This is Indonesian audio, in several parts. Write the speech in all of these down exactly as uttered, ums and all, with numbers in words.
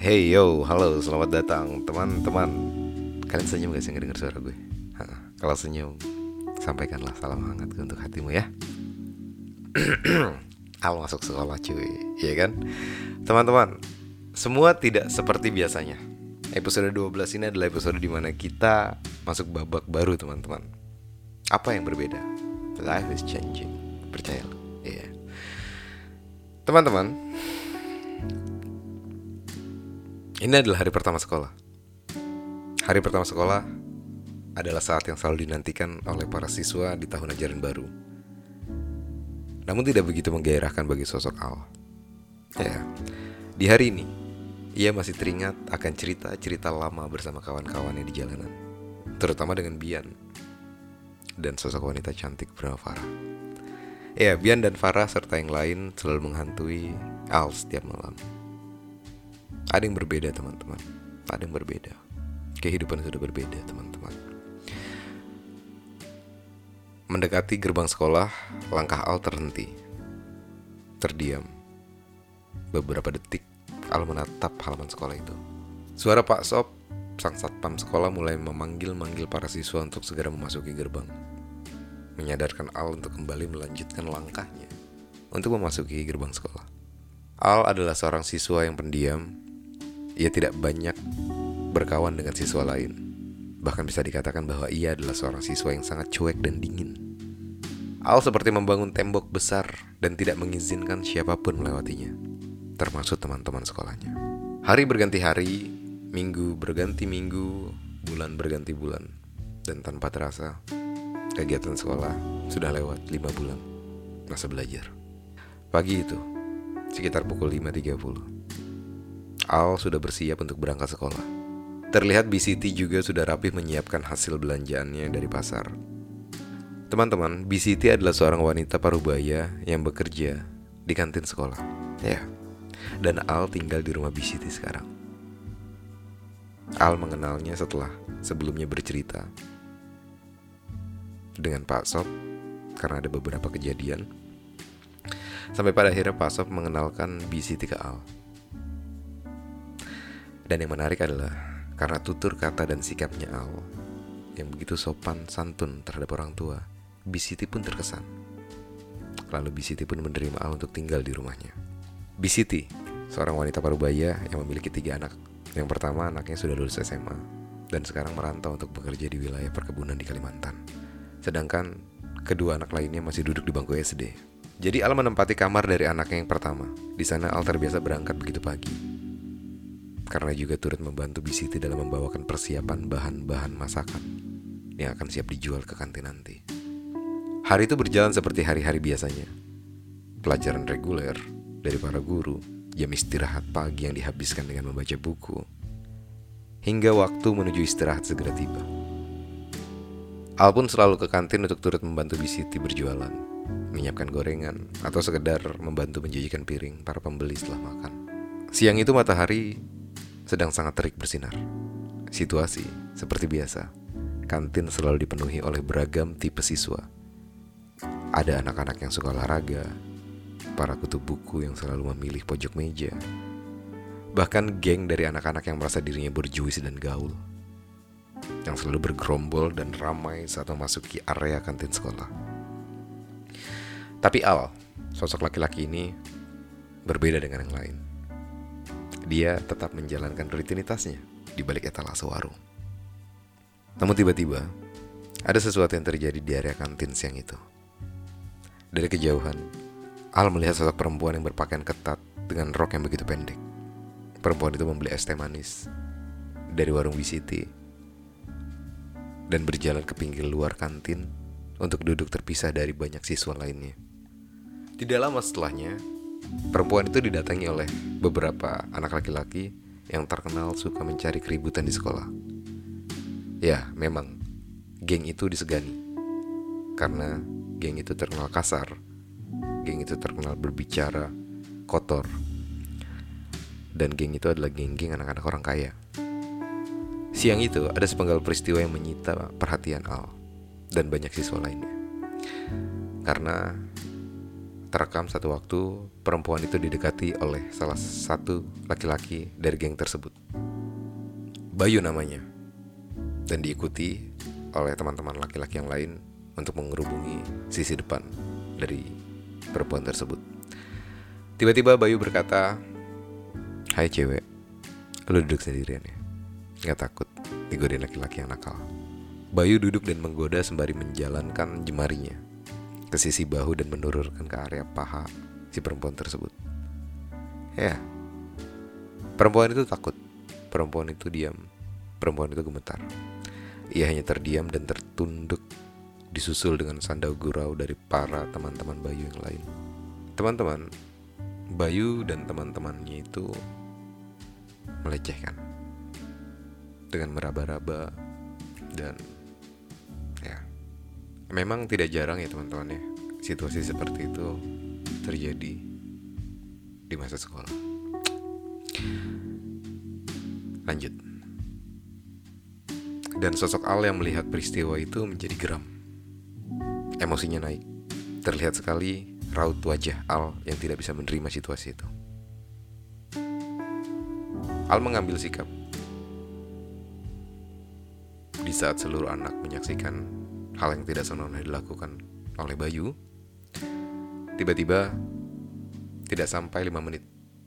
Hey yo, halo, selamat datang teman-teman. Kalian senyum gak sih ngedenger suara gue? Hah, kalau senyum, sampaikanlah salam hangat untuk hatimu ya. Al masuk sekolah cuy, iya kan? Teman-teman, semua tidak seperti biasanya. Episode dua belas ini adalah episode dimana kita masuk babak baru teman-teman. Apa yang berbeda? Life is changing, percayalah. Iya. Yeah. Teman-teman, ini adalah hari pertama sekolah. Hari pertama sekolah adalah saat yang selalu dinantikan oleh para siswa di tahun ajaran baru. Namun tidak begitu menggairahkan bagi sosok Al. Ya, di hari ini ia masih teringat akan cerita-cerita lama bersama kawan-kawannya di jalanan, terutama dengan Bian dan sosok wanita cantik bernama Farah. Ya, Bian dan Farah serta yang lain selalu menghantui Al setiap malam. Ada yang berbeda teman-teman, ada yang berbeda. Kehidupan sudah berbeda teman-teman. Mendekati gerbang sekolah, langkah Al terhenti. Terdiam. Beberapa detik, Al menatap halaman sekolah itu. Suara Pak Sop, sang satpam sekolah mulai memanggil-manggil para siswa untuk segera memasuki gerbang. Menyadarkan Al untuk kembali melanjutkan langkahnya untuk memasuki gerbang sekolah. Al adalah seorang siswa yang pendiam. Ia tidak banyak berkawan dengan siswa lain. Bahkan bisa dikatakan bahwa ia adalah seorang siswa yang sangat cuek dan dingin. Al seperti membangun tembok besar dan tidak mengizinkan siapapun melewatinya, termasuk teman-teman sekolahnya. Hari berganti hari, minggu berganti minggu, bulan berganti bulan. Dan tanpa terasa, kegiatan sekolah sudah lewat lima bulan masa belajar. Pagi itu, sekitar pukul lima tiga puluh, Al sudah bersiap untuk berangkat sekolah. Terlihat B C T juga sudah rapih menyiapkan hasil belanjaannya dari pasar. Teman-teman, B C T adalah seorang wanita parubaya yang bekerja di kantin sekolah. Ya, dan Al tinggal di rumah B C T sekarang. Al mengenalnya setelah sebelumnya bercerita dengan Pak Sop karena ada beberapa kejadian. Sampai pada akhirnya Pak Sop mengenalkan B C T ke Al. Dan yang menarik adalah karena tutur kata dan sikapnya Al yang begitu sopan santun terhadap orang tua, B C T pun terkesan. Lalu B C T pun menerima Al untuk tinggal di rumahnya. B C T, seorang wanita parubaya yang memiliki tiga anak. Yang pertama anaknya sudah lulus S M A dan sekarang merantau untuk bekerja di wilayah perkebunan di Kalimantan. Sedangkan kedua anak lainnya masih duduk di bangku S D. Jadi Al menempati kamar dari anaknya yang pertama. Di sana Al terbiasa berangkat begitu pagi, karena juga turut membantu B C T dalam membawakan persiapan bahan-bahan masakan yang akan siap dijual ke kantin nanti. Hari itu berjalan seperti hari-hari biasanya. Pelajaran reguler dari para guru, jam istirahat pagi yang dihabiskan dengan membaca buku, hingga waktu menuju istirahat segera tiba. Al pun selalu ke kantin untuk turut membantu B C T berjualan, menyiapkan gorengan, atau sekedar membantu menjajikan piring para pembeli setelah makan. Siang itu matahari sedang sangat terik bersinar. Situasi seperti biasa. Kantin selalu dipenuhi oleh beragam tipe siswa. Ada anak-anak yang suka olahraga, para kutub buku yang selalu memilih pojok meja, bahkan geng dari anak-anak yang merasa dirinya berjuis dan gaul, yang selalu bergerombol dan ramai saat memasuki area kantin sekolah. Tapi Al, sosok laki-laki ini berbeda dengan yang lain. Dia tetap menjalankan rutinitasnya di balik etalase warung. Namun tiba-tiba ada sesuatu yang terjadi di area kantin siang itu. Dari kejauhan, Al melihat sosok perempuan yang berpakaian ketat dengan rok yang begitu pendek. Perempuan itu membeli es teh manis dari warung B C T dan berjalan ke pinggir luar kantin untuk duduk terpisah dari banyak siswa lainnya. Tidak lama setelahnya, perempuan itu didatangi oleh beberapa anak laki-laki yang terkenal suka mencari keributan di sekolah. Ya, memang geng itu disegani karena geng itu terkenal kasar, geng itu terkenal berbicara kotor, dan geng itu adalah geng-geng anak-anak orang kaya. Siang itu ada sepenggal peristiwa yang menyita perhatian Al dan banyak siswa lainnya. Karena terekam satu waktu perempuan itu didekati oleh salah satu laki-laki dari geng tersebut. Bayu namanya. Dan diikuti oleh teman-teman laki-laki yang lain untuk mengerubungi sisi depan dari perempuan tersebut. Tiba-tiba Bayu berkata, "Hai cewek, lu duduk sendirian ya? Gak takut digodain laki-laki yang nakal?" Bayu duduk dan menggoda sembari menjalankan jemarinya ke sisi bahu dan menurunkan ke area paha si perempuan tersebut. Ya, perempuan itu takut, perempuan itu diam, perempuan itu gemetar. Ia hanya terdiam dan tertunduk, disusul dengan sandau gurau dari para teman-teman Bayu yang lain. Teman-teman Bayu dan teman-temannya itu melecehkan dengan meraba-raba. Dan ya, memang tidak jarang ya teman-teman ya, situasi seperti itu terjadi di masa sekolah. Lanjut. Dan sosok Al yang melihat peristiwa itu menjadi geram. Emosinya naik. Terlihat sekali raut wajah Al yang tidak bisa menerima situasi itu. Al mengambil sikap. Di saat seluruh anak menyaksikan hal yang tidak senonoh dilakukan oleh Bayu, tiba-tiba tidak sampai lima menit,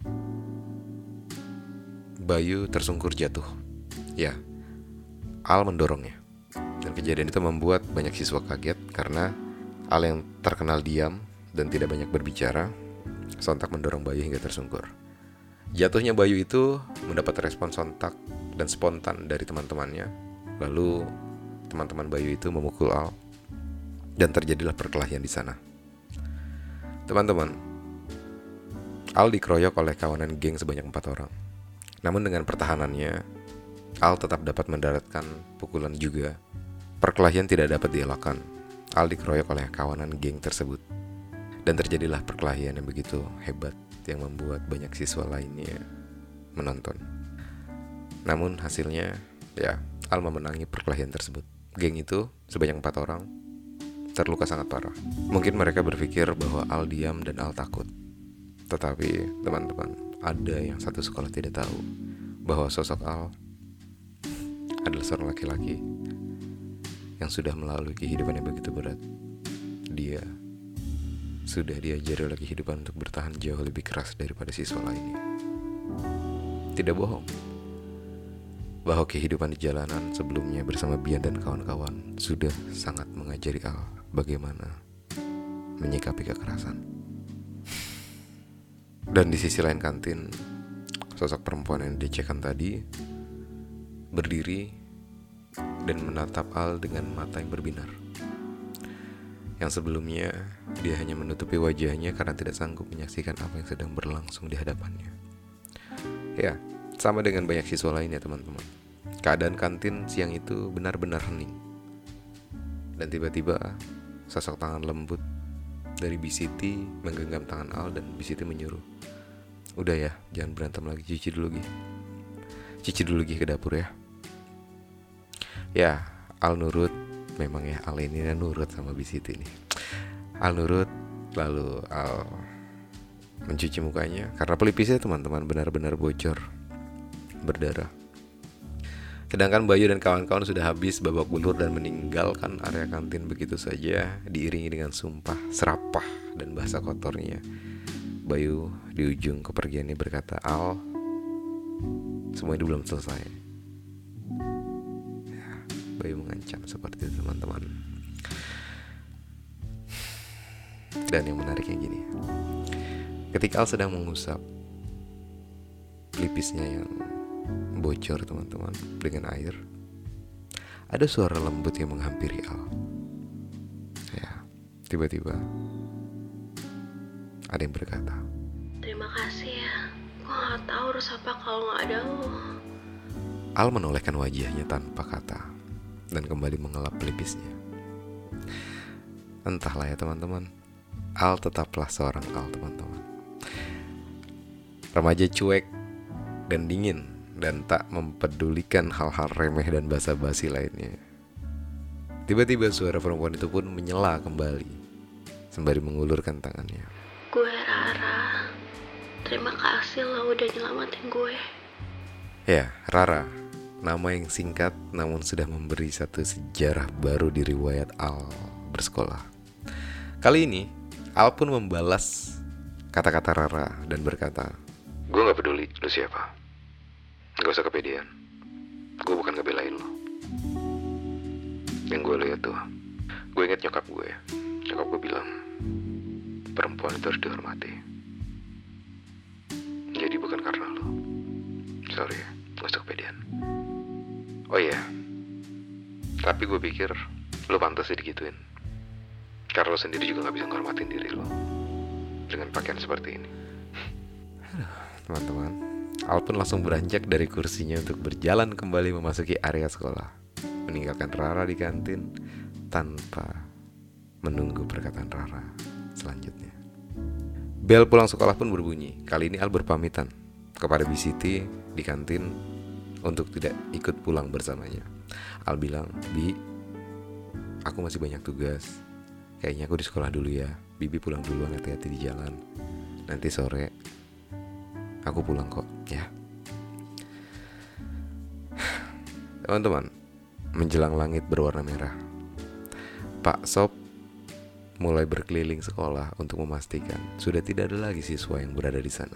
Bayu tersungkur jatuh. Ya, Al mendorongnya. Dan kejadian itu membuat banyak siswa kaget karena Al yang terkenal diam dan tidak banyak berbicara sontak mendorong Bayu hingga tersungkur. Jatuhnya Bayu itu mendapat respon sontak dan spontan dari teman-temannya. Lalu teman-teman Bayu itu memukul Al dan terjadilah perkelahian di sana. Teman-teman, Al dikeroyok oleh kawanan geng sebanyak empat orang. Namun dengan pertahanannya, Al tetap dapat mendaratkan pukulan juga. Perkelahian tidak dapat dielakkan. Al dikeroyok oleh kawanan geng tersebut. Dan terjadilah perkelahian yang begitu hebat yang membuat banyak siswa lainnya menonton. Namun hasilnya, ya, Al memenangi perkelahian tersebut. Geng itu sebanyak empat orang terluka sangat parah. Mungkin mereka berpikir bahwa Al diam dan Al takut. Tetapi teman-teman, ada yang satu sekolah tidak tahu bahwa sosok Al adalah seorang laki-laki yang sudah melalui kehidupan yang begitu berat. Dia sudah diajari oleh kehidupan untuk bertahan jauh lebih keras daripada siswa lainnya. Tidak bohong bahwa kehidupan di jalanan sebelumnya bersama Bian dan kawan-kawan sudah sangat mengajari Al bagaimana menyikapi kekerasan. Dan di sisi lain kantin, sosok perempuan yang dilecehkan tadi berdiri dan menatap Al dengan mata yang berbinar. Yang sebelumnya dia hanya menutupi wajahnya karena tidak sanggup menyaksikan apa yang sedang berlangsung di hadapannya. Ya, sama dengan banyak siswa lainnya teman-teman. Keadaan kantin siang itu benar-benar hening. Dan tiba-tiba sosok tangan lembut dari B C T menggenggam tangan Al dan B C T menyuruh, "Udah ya, jangan berantem lagi, cuci dulu Gi. Cuci dulu Gi ke dapur ya." Ya, Al nurut. Memang ya, Al ini nurut sama B C T nih. Al nurut, lalu Al mencuci mukanya karena pelipisnya teman-teman benar-benar bocor, berdarah. Sedangkan Bayu dan kawan-kawan sudah habis babak belur dan meninggalkan area kantin begitu saja, diiringi dengan sumpah serapah dan bahasa kotornya. Bayu di ujung kepergiannya berkata, "Al, semua ini belum selesai." Ya, Bayu mengancam seperti itu teman-teman. Dan yang menariknya gini, ketika Al sedang mengusap pelipisnya yang bocor teman-teman dengan air, ada suara lembut yang menghampiri Al. Ya, tiba-tiba ada yang berkata, "Terima kasih ya, gue gak tahu harus apa kalau gak ada lo." Al menolehkan wajahnya tanpa kata dan kembali mengelap pelipisnya. Entahlah ya teman-teman, Al tetaplah seorang Al teman-teman. Remaja cuek dan dingin dan tak mempedulikan hal-hal remeh dan basa-basi lainnya. Tiba-tiba suara perempuan itu pun menyela kembali sembari mengulurkan tangannya. Gue Rara. Terima kasih lo udah nyelamatin gue. Ya, Rara, nama yang singkat namun sudah memberi satu sejarah baru di riwayat Al bersekolah. Kali ini, Al pun membalas kata-kata Rara dan berkata, "Gue gak peduli lu siapa. Gak usah kepedean. Gue bukan ngebelain lo. Yang gue lihat tuh, gue inget nyokap gue. Nyokap gue bilang, perempuan itu harus dihormati. Jadi bukan karena lo. Sorry ya, gak usah kepedean. Oh iya, tapi gue pikir lo pantas sih digituin. Karena lo sendiri juga gak bisa nghormatin diri lo dengan pakaian seperti ini." Aduh, teman-teman, Al pun langsung beranjak dari kursinya untuk berjalan kembali memasuki area sekolah, meninggalkan Rara di kantin tanpa menunggu perkataan Rara selanjutnya. Bel pulang sekolah pun berbunyi. Kali ini Al berpamitan kepada B C T di kantin untuk tidak ikut pulang bersamanya. Al bilang, "Bi, aku masih banyak tugas. Kayaknya aku di sekolah dulu ya. Bibi pulang duluan, hati-hati di jalan. Nanti sore aku pulang kok, ya." Teman-teman, menjelang langit berwarna merah, Pak Sop mulai berkeliling sekolah untuk memastikan sudah tidak ada lagi siswa yang berada di sana.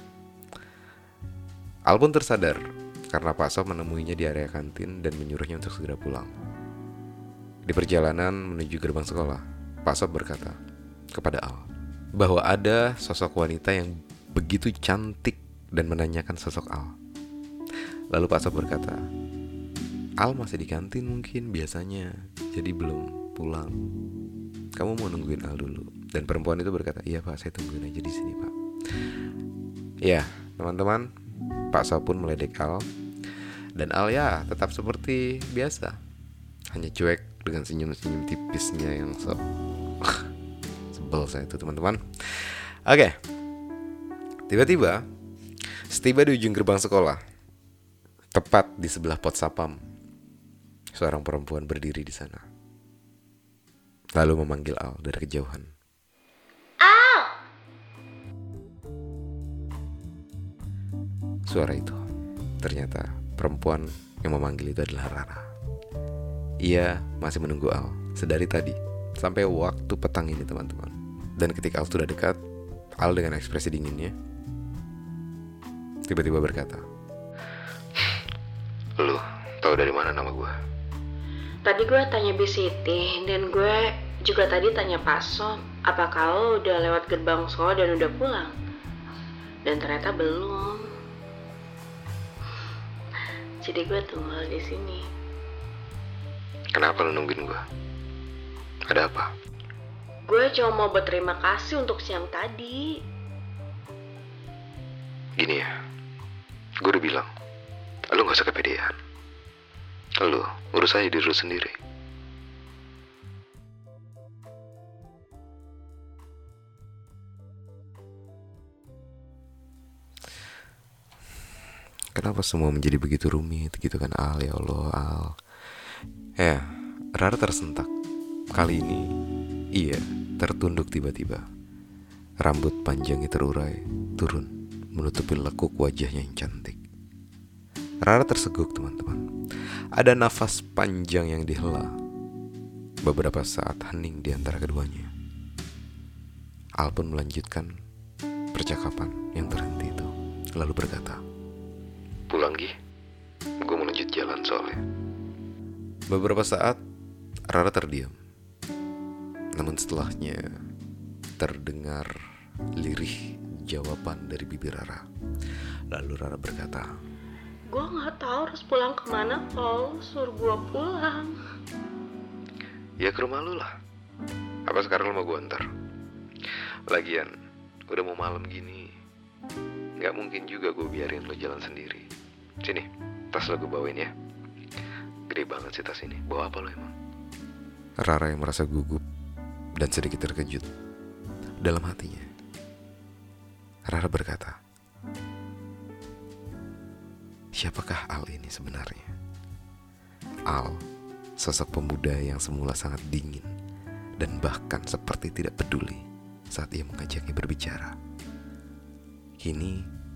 Al pun tersadar karena Pak Sop menemuinya di area kantin dan menyuruhnya untuk segera pulang. Di perjalanan menuju gerbang sekolah, Pak Sop berkata kepada Al bahwa ada sosok wanita yang begitu cantik dan menanyakan sosok Al. Lalu Pak Sop berkata, "Al masih di kantin mungkin biasanya, jadi belum pulang. Kamu mau nungguin Al dulu." Dan perempuan itu berkata, "Iya Pak, saya tungguin aja di sini Pak." Ya, teman-teman, Pak Sop pun meledek Al. Dan Al ya tetap seperti biasa, hanya cuek dengan senyum-senyum tipisnya yang so sebel saya itu, teman-teman. Oke, tiba-tiba setiba di ujung gerbang sekolah, tepat di sebelah pot sapam, seorang perempuan berdiri di sana, lalu memanggil Al dari kejauhan. Al! Suara itu ternyata perempuan yang memanggil itu adalah Rara. Ia masih menunggu Al sedari tadi sampai waktu petang ini, teman-teman. Dan ketika Al sudah dekat, Al dengan ekspresi dinginnya tiba-tiba berkata, "Lu tahu dari mana nama gue?" Tadi gue tanya B C T dan gue juga tadi tanya Pak Sop, apakah lo udah lewat gerbang sekolah dan udah pulang? Dan ternyata belum. Jadi gue tunggu di sini. Kenapa lu nungguin gue? Ada apa? Gue cuma mau berterima kasih untuk siang tadi. Gini ya, gue udah bilang, lu gak usah kepedean. Lu urus aja diri lu sendiri. Kenapa semua menjadi begitu rumit gitu kan Al, ya Allah Al. Ya, Rara tersentak. Kali ini ia tertunduk tiba-tiba. Rambut panjangnya terurai, turun, menutupi lekuk wajahnya yang cantik. Rara terseguk, teman-teman. Ada nafas panjang yang dihela. Beberapa saat hening di antara keduanya. Al pun melanjutkan percakapan yang terhenti itu, lalu berkata, "Pulang Gi, gue mau lanjut jalan soalnya." Beberapa saat Rara terdiam. Namun setelahnya terdengar lirih jawaban dari bibir Rara. Lalu Rara berkata, Gue gak tahu harus pulang kemana kalau suruh gue pulang. "Ya ke rumah lu lah. Apa sekarang lu mau gue antar? Lagian udah mau malam gini, gak mungkin juga gue biarin lu jalan sendiri. Sini, tas lo gue bawain ya. Gede banget sih tas ini. Bawa apa lo emang?" Rara yang merasa gugup dan sedikit terkejut dalam hatinya, Rara berkata, siapakah Al ini sebenarnya? Al, sosok pemuda yang semula sangat dingin dan bahkan seperti tidak peduli saat ia mengajaknya berbicara. Kini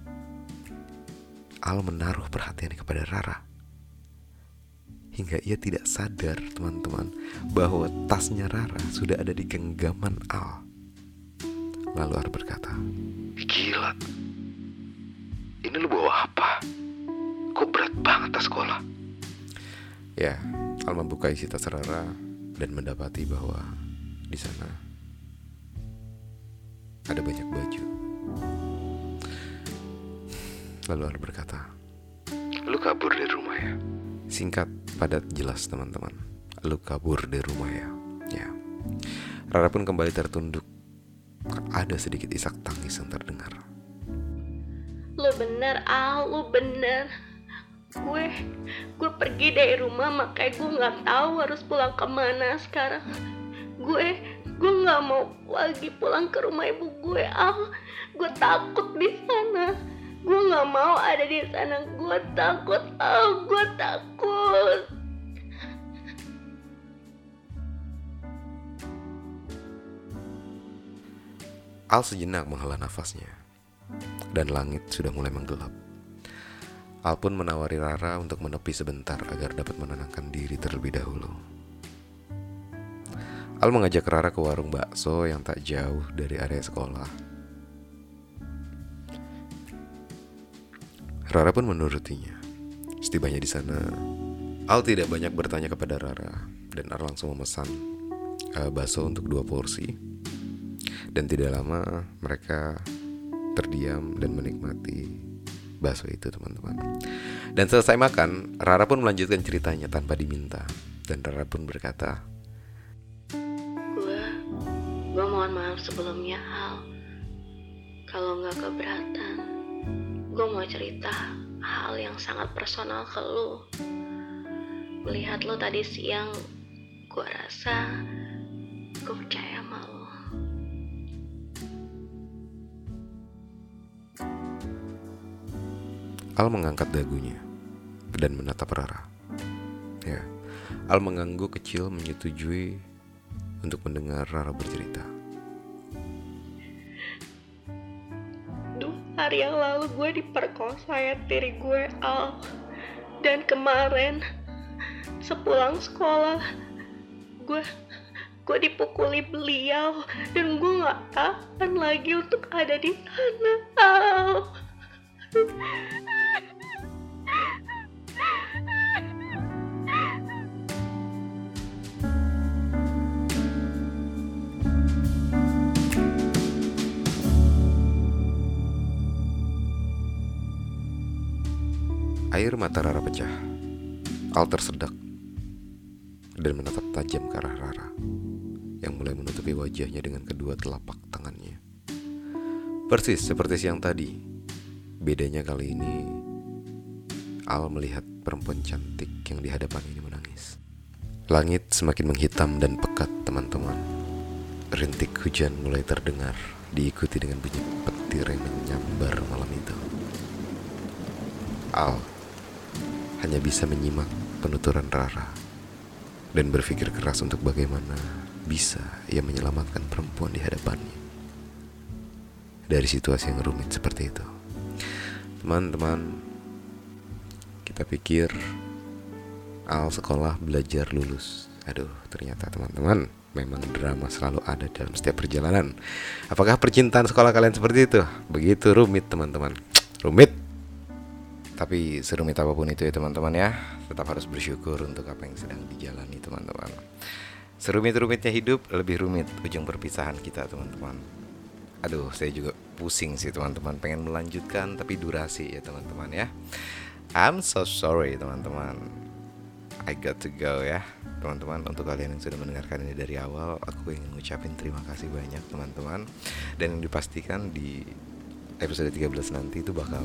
Al menaruh perhatiannya kepada Rara, hingga ia tidak sadar, teman-teman, bahwa tasnya Rara sudah ada di genggaman Al. Lalu Al berkata, "Gila, ini lu bawa apa? Kok berat banget tas sekolah?" Ya, Al membuka isi tas Rara dan mendapati bahwa di sana ada banyak baju. Lalu Al berkata, "Lu kabur dari rumah ya?" Singkat, padat, jelas, teman-teman. Lu kabur dari rumah ya. Ya. Rara pun kembali tertunduk. Ada sedikit isak tangis yang terdengar. Lu bener, Al, lu bener. Gue, gue pergi dari rumah, makanya gue nggak tahu harus pulang kemana sekarang. Gue, gue nggak mau lagi pulang ke rumah ibu gue, Al. Gue takut di sana. Gue nggak mau ada di sana. Gue takut, Al. Gue takut. Al sejenak menghela nafasnya, dan langit sudah mulai menggelap. Al pun menawari Rara untuk menepi sebentar agar dapat menenangkan diri terlebih dahulu. Al mengajak Rara ke warung bakso yang tak jauh dari area sekolah. Rara pun menurutinya. Setibanya di sana, Al tidak banyak bertanya kepada Rara, dan Al langsung memesan uh, bakso untuk dua porsi. Dan tidak lama mereka terdiam dan menikmati bakso itu, teman-teman. Dan selesai makan, Rara pun melanjutkan ceritanya tanpa diminta. Dan Rara pun berkata, Gue, gue mohon maaf sebelumnya, Al. Kalau gak keberatan, gue mau cerita hal yang sangat personal ke lu. Melihat lu tadi siang, gue rasa gue percaya sama lu. Al mengangkat dagunya dan menatap Rara. Ya, Al mengangguk kecil menyetujui untuk mendengar Rara bercerita. Dua hari yang lalu gue diperkosa ya tiri gue, Al. Dan kemarin sepulang sekolah, gue gue dipukuli beliau dan gue nggak tahan lagi untuk ada di sana, Al. Air mata Rara pecah. Al tersedak dan menatap tajam ke arah Rara yang mulai menutupi wajahnya dengan kedua telapak tangannya. Persis seperti siang tadi. Bedanya kali ini Al melihat perempuan cantik yang di hadapan ini menangis. Langit semakin menghitam dan pekat, teman-teman. Rintik hujan mulai terdengar, diikuti dengan bunyi petir yang menyambar malam itu. Al hanya bisa menyimak penuturan Rara dan berpikir keras untuk bagaimana bisa ia menyelamatkan perempuan di hadapannya dari situasi yang rumit seperti itu. Teman-teman, kita pikir Al sekolah belajar lulus. Aduh, ternyata teman-teman, memang drama selalu ada dalam setiap perjalanan. Apakah percintaan sekolah kalian seperti itu? Begitu rumit, teman-teman. Rumit. Tapi serumit apapun itu ya teman-teman ya, tetap harus bersyukur untuk apa yang sedang dijalani, teman-teman. Serumit-rumitnya hidup, lebih rumit ujung perpisahan kita, teman-teman. Aduh, saya juga pusing sih, teman-teman. Pengen melanjutkan tapi durasi ya, teman-teman ya. I'm so sorry, teman-teman. I got to go ya, teman-teman. Untuk kalian yang sudah mendengarkan ini dari awal, aku ingin ngucapin terima kasih banyak, teman-teman. Dan yang dipastikan di episode tiga belas nanti itu bakal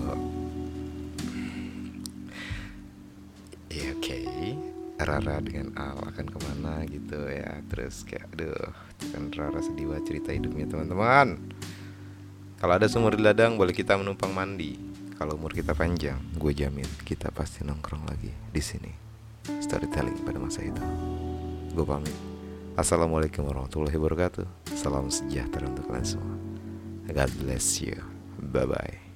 ya oke okay. Rara dengan Al akan kemana gitu ya. Terus kayak aduh, kan Rara sedih banget cerita hidupnya, teman-teman. Kalau ada sumur di ladang, boleh kita menumpang mandi. Kalau umur kita panjang, gue jamin kita pasti nongkrong lagi di sini. Storytelling pada masa itu. Gue pamit. Assalamualaikum warahmatullahi wabarakatuh. Salam sejahtera untuk kalian semua. God bless you. Bye bye.